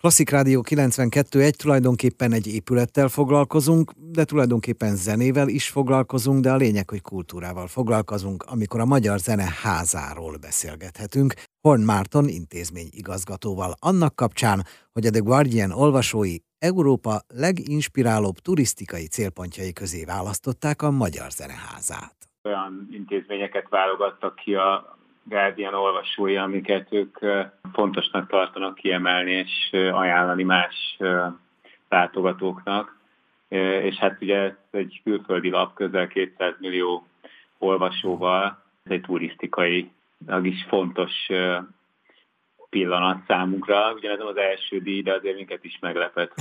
Klasszik Rádió 92.1, tulajdonképpen egy épülettel foglalkozunk, de tulajdonképpen zenével is foglalkozunk, de a lényeg, hogy kultúrával foglalkozunk, amikor a Magyar Zene házáról beszélgethetünk Horn Márton intézményigazgatóval annak kapcsán, hogy a The Guardian olvasói Európa leginspirálóbb turisztikai célpontjai közé választották a Magyar Zeneházát. Olyan intézményeket válogattak ki a Guardian olvasói, amiket ők fontosnak tartanak kiemelni és ajánlani más látogatóknak. És hát ugye ez egy külföldi lap, közel 200 millió olvasóval, ez egy turisztikailag is fontos pillanat számunkra. Ugyanez az első díj, de azért minket is meglepett,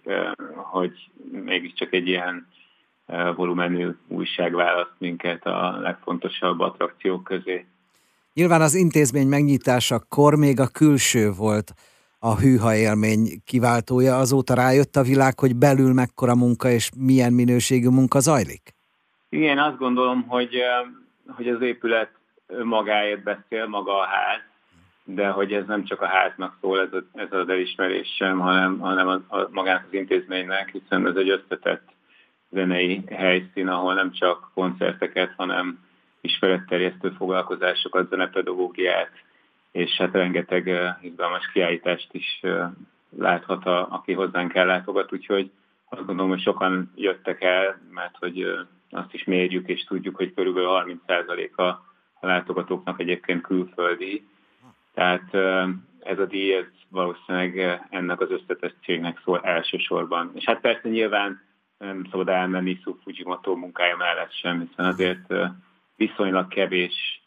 hogy mégiscsak egy ilyen volumenű újság választ minket a legfontosabb attrakciók közé. Nyilván az intézmény megnyitásakor még a külső volt a hűha élmény kiváltója, azóta rájött a világ, hogy belül mekkora munka és milyen minőségű munka zajlik? Igen, azt gondolom, hogy az épület magáért beszél, maga a ház, de hogy ez nem csak a háznak szól, ez az elismerés sem, hanem magának az intézménynek, hiszen ez egy összetett zenei helyszín, ahol nem csak koncerteket, hanem ismeretterjesztő foglalkozásokat, zenepedagógiát, és hát rengeteg izgalmas kiállítást is láthat, aki hozzánk ellátogat, úgyhogy azt gondolom, hogy sokan jöttek el, mert hogy azt is mérjük, és tudjuk, hogy körülbelül 30%-a a látogatóknak egyébként külföldi. Tehát ez a díj, ez valószínűleg ennek az összetettségnek szól elsősorban. És hát persze nyilván nem szabad elmenni Isao Fujimoto munkája mellett sem, hiszen azért viszonylag kevés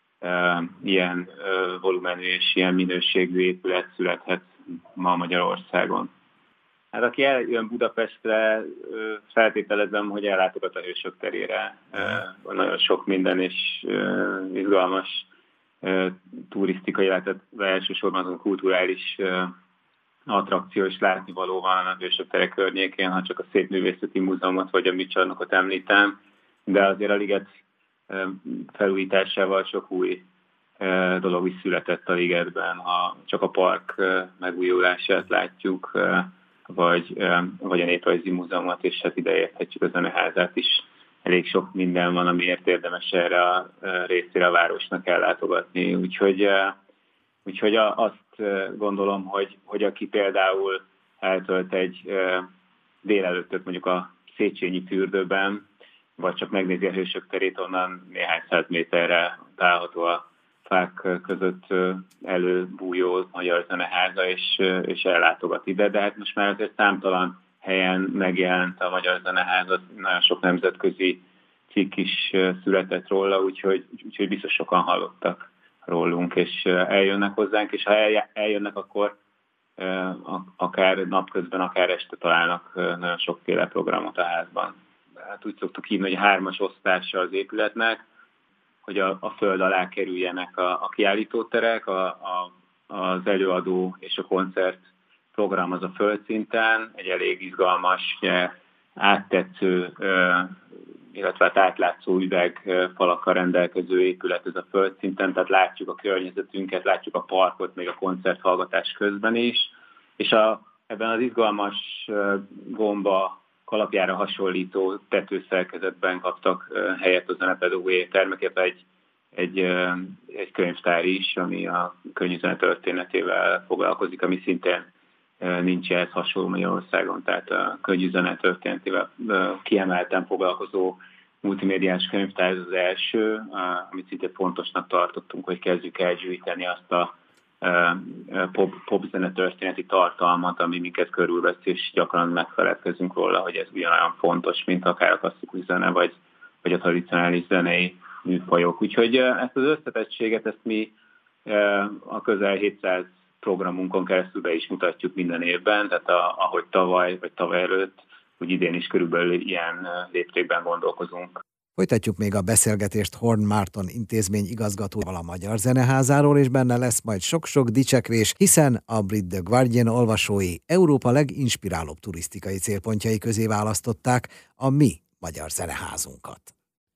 ilyen volumenű és ilyen minőségű épület születhet ma Magyarországon. Hát aki eljön Budapestre, feltételezem, hogy ellátogat a Hősök terére. Van nagyon sok minden és izgalmas turisztikai, illetve elsősorban azon kulturális attrakció és látnivaló van a Hősök tere környékén, ha csak a Szépművészeti Múzeumot vagy a Műcsarnokot említem, de azért a liget felújításával sok új dolog is született a ligetben, ha csak a park megújulását látjuk, vagy a Néprajzi Múzeumot, és hát ide érthetjük a Zeneházát is. Elég sok minden van, amiért érdemes erre a részére a városnak ellátogatni. Úgyhogy azt gondolom, hogy aki például eltölt egy délelőttöt mondjuk a Széchenyi fürdőben, vagy csak megnézi a Hősök terét, onnan néhány száz méterre található a fák között előbújó Magyar Zeneháza, és ellátogat ide, de hát most már azért számtalan helyen megjelent a Magyar Zeneháza, nagyon sok nemzetközi cikk is született róla, úgyhogy biztos sokan hallottak rólunk, és eljönnek hozzánk, és ha eljönnek, akkor akár napközben, akár este találnak nagyon sokféle programot a házban. Hát úgy szoktuk hívni, hogy 3-as osztása az épületnek, hogy a föld alá kerüljenek a kiállítóterek, az előadó és a koncert program az a földszinten, egy elég izgalmas, áttetsző, illetve átlátszó üvegfalakkal rendelkező épület ez a földszinten, tehát látjuk a környezetünket, látjuk a parkot, még a koncerthallgatás közben is, és ebben az izgalmas gomba kalapjára hasonlító tetőszerkezetben kaptak helyet a zenepedagógiai termek, egy könyvtár is, ami a könnyűzene történetével foglalkozik, ami szintén nincs ehhez hasonló Magyarországon, tehát a könnyűzene történetével kiemelten foglalkozó multimédiás könyvtár ez az első, amit szinte fontosnak tartottunk, hogy kezdjük el gyűjteni azt a popzene történeti tartalmat, ami minket körülvesz, és gyakran megfeledkezünk róla, hogy ez ugyanolyan fontos, mint akár a klasszikus zene, vagy a tradicionális zenei műfajok. Úgyhogy ezt az összetettséget, ezt mi a közel 700 programunkon keresztül be is mutatjuk minden évben, tehát ahogy tavaly vagy tavaly előtt, úgy idén is körülbelül ilyen léptékben gondolkozunk. Folytatjuk még a beszélgetést Horn Márton intézményigazgatóval a Magyar Zeneházáról, és benne lesz majd sok-sok dicsekvés, hiszen a brit The Guardian olvasói Európa leginspirálóbb turisztikai célpontjai közé választották a mi Magyar Zeneházunkat.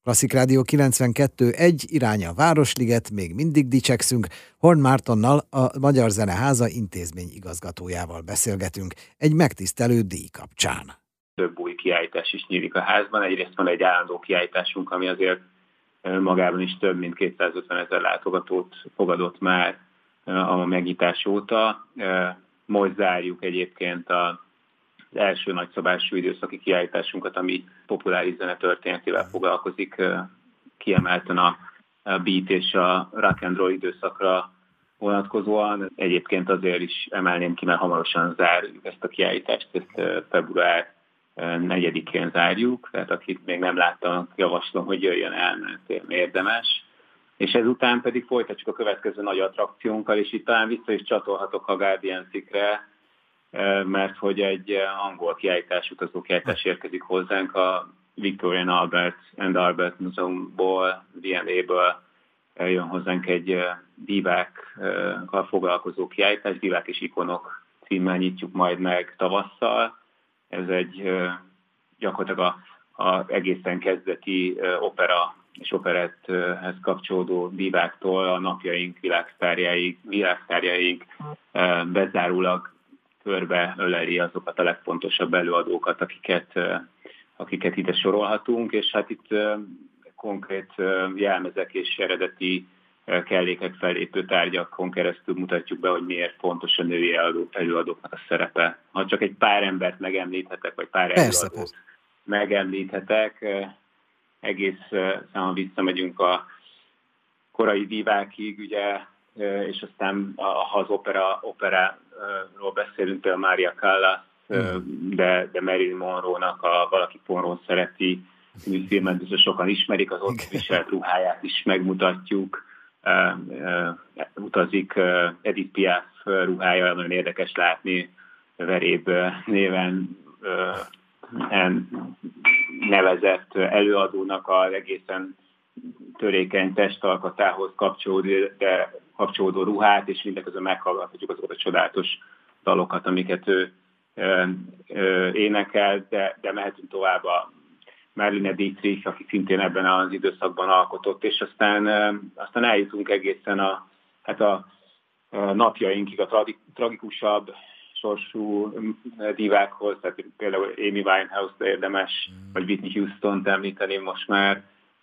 Klasszik Rádió 92.1, irány a Városliget, még mindig dicsekszünk. Horn Mártonnal, a Magyar Zeneháza intézmény igazgatójával beszélgetünk egy megtisztelő díj kapcsán. Több új kiállítás is nyílik a házban. Egyrészt van egy állandó kiállításunk, ami azért magában is több mint 250 000 látogatót fogadott már a megnyitás óta. Most zárjuk egyébként az első nagyszabású időszaki kiállításunkat, ami populáris zene történetével foglalkozik, kiemelten a beat és a rock and roll időszakra vonatkozóan. Egyébként azért is emelném ki, mert hamarosan zárjuk ezt a kiállítást, ezt február 4-én zárjuk, tehát akit még nem láttam, javaslom, hogy jöjjön el, mert érdemes. És ezután pedig folytatjuk a következő nagy attrakciónkkal, és itt talán vissza is csatolhatok a Guardian-cikre, mert hogy egy angol kiállítás, utazó kiállítás érkezik hozzánk a Victorian Albert and Albert Museumból, VMA-ből jön hozzánk egy divákkal foglalkozó kiállítás, Divák és ikonok címmel nyitjuk majd meg tavasszal. Ez egy gyakorlatilag a egészen kezdeti opera és operetthez kapcsolódó diváktól a napjaink világsztárjáig bezárólag körbe öleli azokat a legfontosabb előadókat, akiket ide sorolhatunk, és hát itt konkrét jelmezek és eredeti kellékek, fellépő tárgyakon keresztül mutatjuk be, hogy miért fontos a női előadóknak a szerepe. Ha csak egy pár embert megemlíthetek, vagy pár előadót megemlíthetek, egész számon visszamegyünk a korai divákig, ugye, és aztán ha az operáról beszélünk, például Maria Callas, de Marilyn Monroe-nak a Valaki Pornón szereti műfilmet biztos sokan ismerik, az ott viselt ruháját is megmutatjuk. Utazik Edith Piaf ruhája, nagyon érdekes látni, Veréb néven nevezett előadónak az egészen törékeny testalkatához kapcsolódó ruhát, és mindeközben meghallgathatjuk azokat a csodálatos dalokat, amiket ő énekel, de mehetünk tovább a Marlene Dietrich, aki szintén ebben az időszakban alkotott, és aztán eljutunk egészen a napjainkig a tragikusabb sorsú divákhoz, tehát például Amy Winehouse-t érdemes, vagy Whitney Houston-t említeném most már,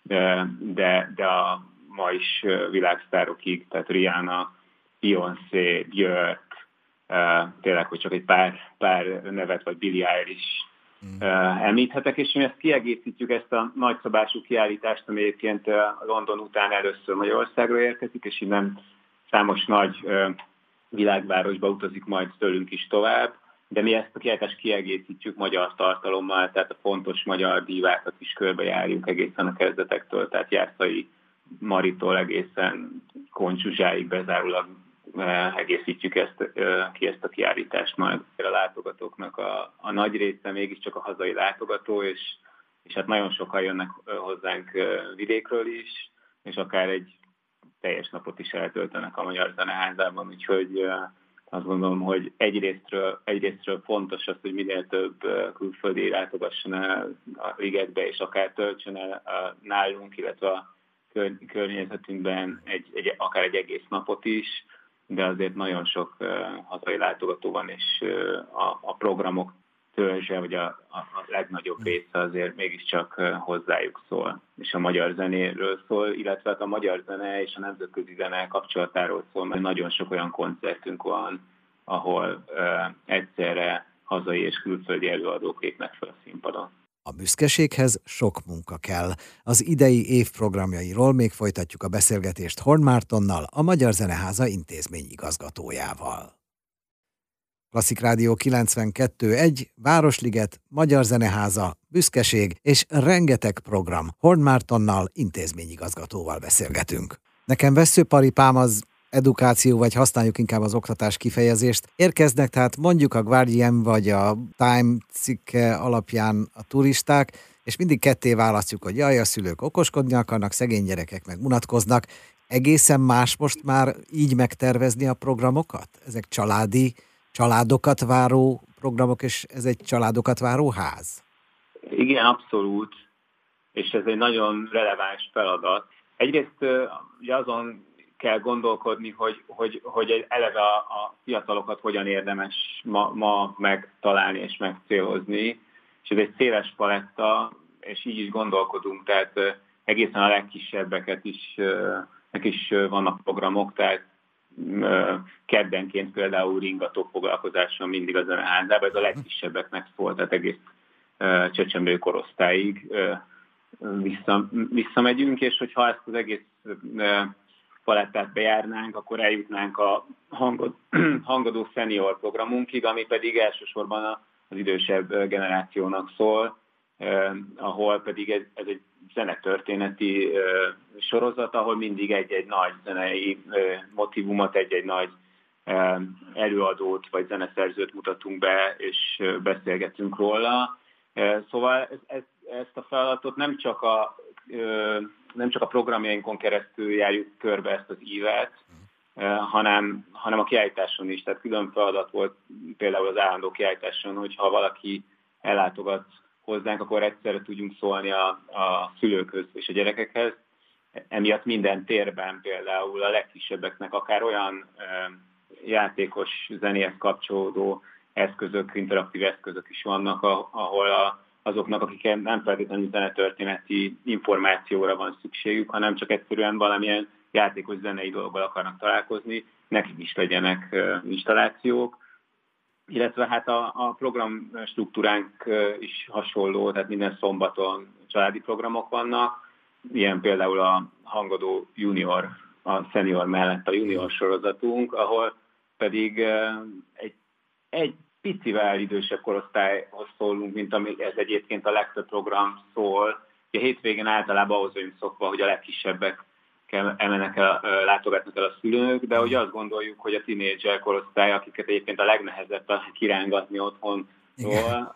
de a ma is világsztárokig, tehát Rihanna, Beyoncé, Björk, tényleg, hogy csak egy pár nevet, vagy Billie Eilish említhetek, és mi ezt kiegészítjük, ezt a nagyszabású kiállítást, ami egyébként London után először Magyarországra érkezik, és innen számos nagy világvárosba utazik majd tőlünk is tovább, de mi ezt a kiállítást kiegészítjük magyar tartalommal, tehát a fontos magyar dívákat is körbejárjuk egészen a kezdetektől, tehát Jászai Maritól egészen Koncsuzsáig bezárólag egészítjük ezt a kiállítást majd. A látogatóknak a nagy része mégiscsak a hazai látogató, és hát nagyon sokan jönnek hozzánk vidékről is, és akár egy teljes napot is eltöltenek a Magyar Zeneházában, úgyhogy azt gondolom, hogy egyrésztről fontos az, hogy minél több külföldi látogasson el a ligetbe, és akár töltsön el nálunk, illetve a környezetünkben akár egy egész napot is, de azért nagyon sok hazai látogató van, és a programok törzse, vagy a legnagyobb része azért mégiscsak hozzájuk szól, és a magyar zenéről szól, illetve a magyar zene és a nemzetközi zene kapcsolatáról szól, mert nagyon sok olyan koncertünk van, ahol egyszerre hazai és külföldi előadók lépnek fel a színpadon. A büszkeséghez sok munka kell. Az idei év programjairól még folytatjuk a beszélgetést Horn Mártonnal, a Magyar Zeneháza intézmény igazgatójával. Klasszik Rádió 92.1, Városliget, Magyar Zeneháza, büszkeség és rengeteg program. Horn Mártonnal, intézményigazgatóval beszélgetünk. Nekem vesszőparipám az edukáció, vagy használjuk inkább az oktatás kifejezést. Érkeznek tehát mondjuk a Guardian vagy a Time cikke alapján a turisták, és mindig ketté választjuk, hogy jaj, a szülők okoskodni akarnak, szegény gyerekek meg unatkoznak. Egészen más most már így megtervezni a programokat? Ezek családokat váró programok, és ez egy családokat váró ház? Igen, abszolút. és ez egy nagyon releváns feladat. Egyrészt ugye azon kell gondolkodni, hogy eleve a fiatalokat hogyan érdemes ma megtalálni és megcélozni, és ez egy széles paletta, és így is gondolkodunk, tehát egészen a legkisebbeket is, vannak programok, tehát keddenként például ringató foglalkozáson mindig a zeneházában, ez a legkisebbeknek szól, tehát egész csecsemő korosztályig visszamegyünk, és hogyha ezt az egész palettát bejárnánk, akkor eljutnánk a hangadó senior programunkig, ami pedig elsősorban az idősebb generációnak szól, ahol pedig ez egy zenetörténeti sorozat, ahol mindig egy-egy nagy zenei motívumot, egy-egy nagy előadót vagy zeneszerzőt mutatunk be, és beszélgetünk róla. Szóval ezt a feladatot nem csak a programjainkon keresztül járjuk körbe ezt az ívet, hanem a kiállításon is. Tehát külön feladat volt például az állandó kiállításon, hogyha valaki ellátogat hozzánk, akkor egyszerre tudjunk szólni a szülőkhöz és a gyerekekhez. Emiatt minden térben például a legkisebbeknek akár olyan játékos zenéhez kapcsolódó eszközök, interaktív eszközök is vannak, ahol azoknak, akik nem feltétlenül zenetörténeti információra van szükségük, hanem csak egyszerűen valamilyen játékos zenei dologgal akarnak találkozni, nekik is legyenek installációk. Illetve hát a program struktúránk is hasonló, tehát minden szombaton családi programok vannak, ilyen például a Hangadó Junior, a senior mellett a junior sorozatunk, ahol pedig egy picivel idősebb korosztályhoz szólunk, mint ami ez egyébként a legtöbb program szól. A hétvégén általában ahhoz vagyunk szokva, hogy a legkisebbek látogatnak el a szülők, de hogy azt gondoljuk, hogy a tínédzser korosztály, akiket egyébként a legnehezebb kirángatni otthonról,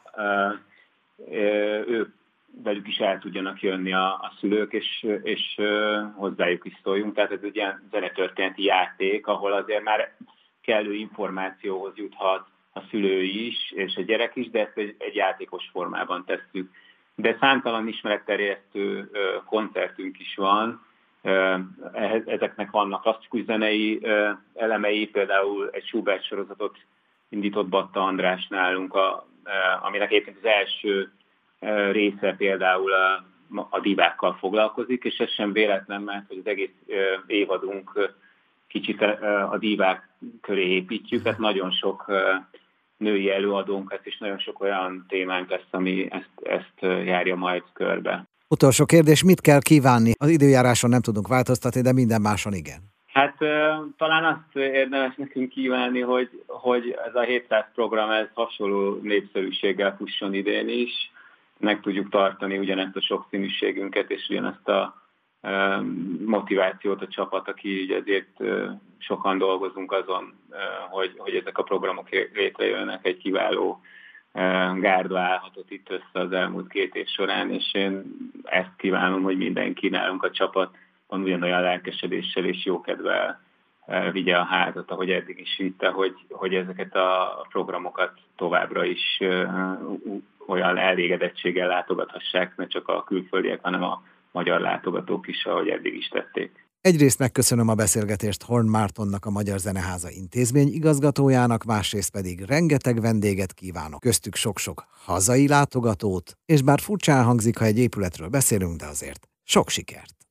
ők velük is el tudjanak jönni a szülők, és hozzájuk is szóljunk. Tehát ez egy ilyen zenetörténeti játék, ahol azért már kellő információhoz juthat a szülő is, és a gyerek is, de ezt egy játékos formában tesszük. De számtalan ismeretterjesztő koncertünk is van, ezeknek vannak klasszikus zenei elemei, például egy Schubert sorozatot indított Batta András nálunk, aminek egyébként az első része például a divákkal foglalkozik, és ez sem véletlen, mert hogy az egész évadunk kicsit a divák köré építjük, tehát nagyon sok női előadónk lesz, és nagyon sok olyan témánk lesz, ami ezt járja majd körbe. Utolsó kérdés, mit kell kívánni? Az időjáráson nem tudunk változtatni, de minden máson igen. Hát talán azt érdemes nekünk kívánni, hogy ez a 700 program ez hasonló népszerűséggel fusson idén is. Meg tudjuk tartani ugyanezt a sokszínűségünket, és ugyanezt a motivációt a csapat, aki ugye ezért sokan dolgozunk azon, hogy ezek a programok létrejönnek, egy kiváló gárda állhatott itt össze az elmúlt 2 év során, és én ezt kívánom, hogy mindenki nálunk a csapatban ugyanolyan lelkesedéssel és jókedvel vigye a házat, ahogy eddig is vitte, hogy ezeket a programokat továbbra is olyan elégedettséggel látogathassák, ne csak a külföldiek, hanem a magyar látogatók is, ahogy eddig is tették. Egyrészt megköszönöm a beszélgetést Horn Mártonnak, a Magyar Zeneháza intézmény igazgatójának, másrészt pedig rengeteg vendéget kívánok, köztük sok-sok hazai látogatót, és bár furcsán hangzik, ha egy épületről beszélünk, de azért sok sikert!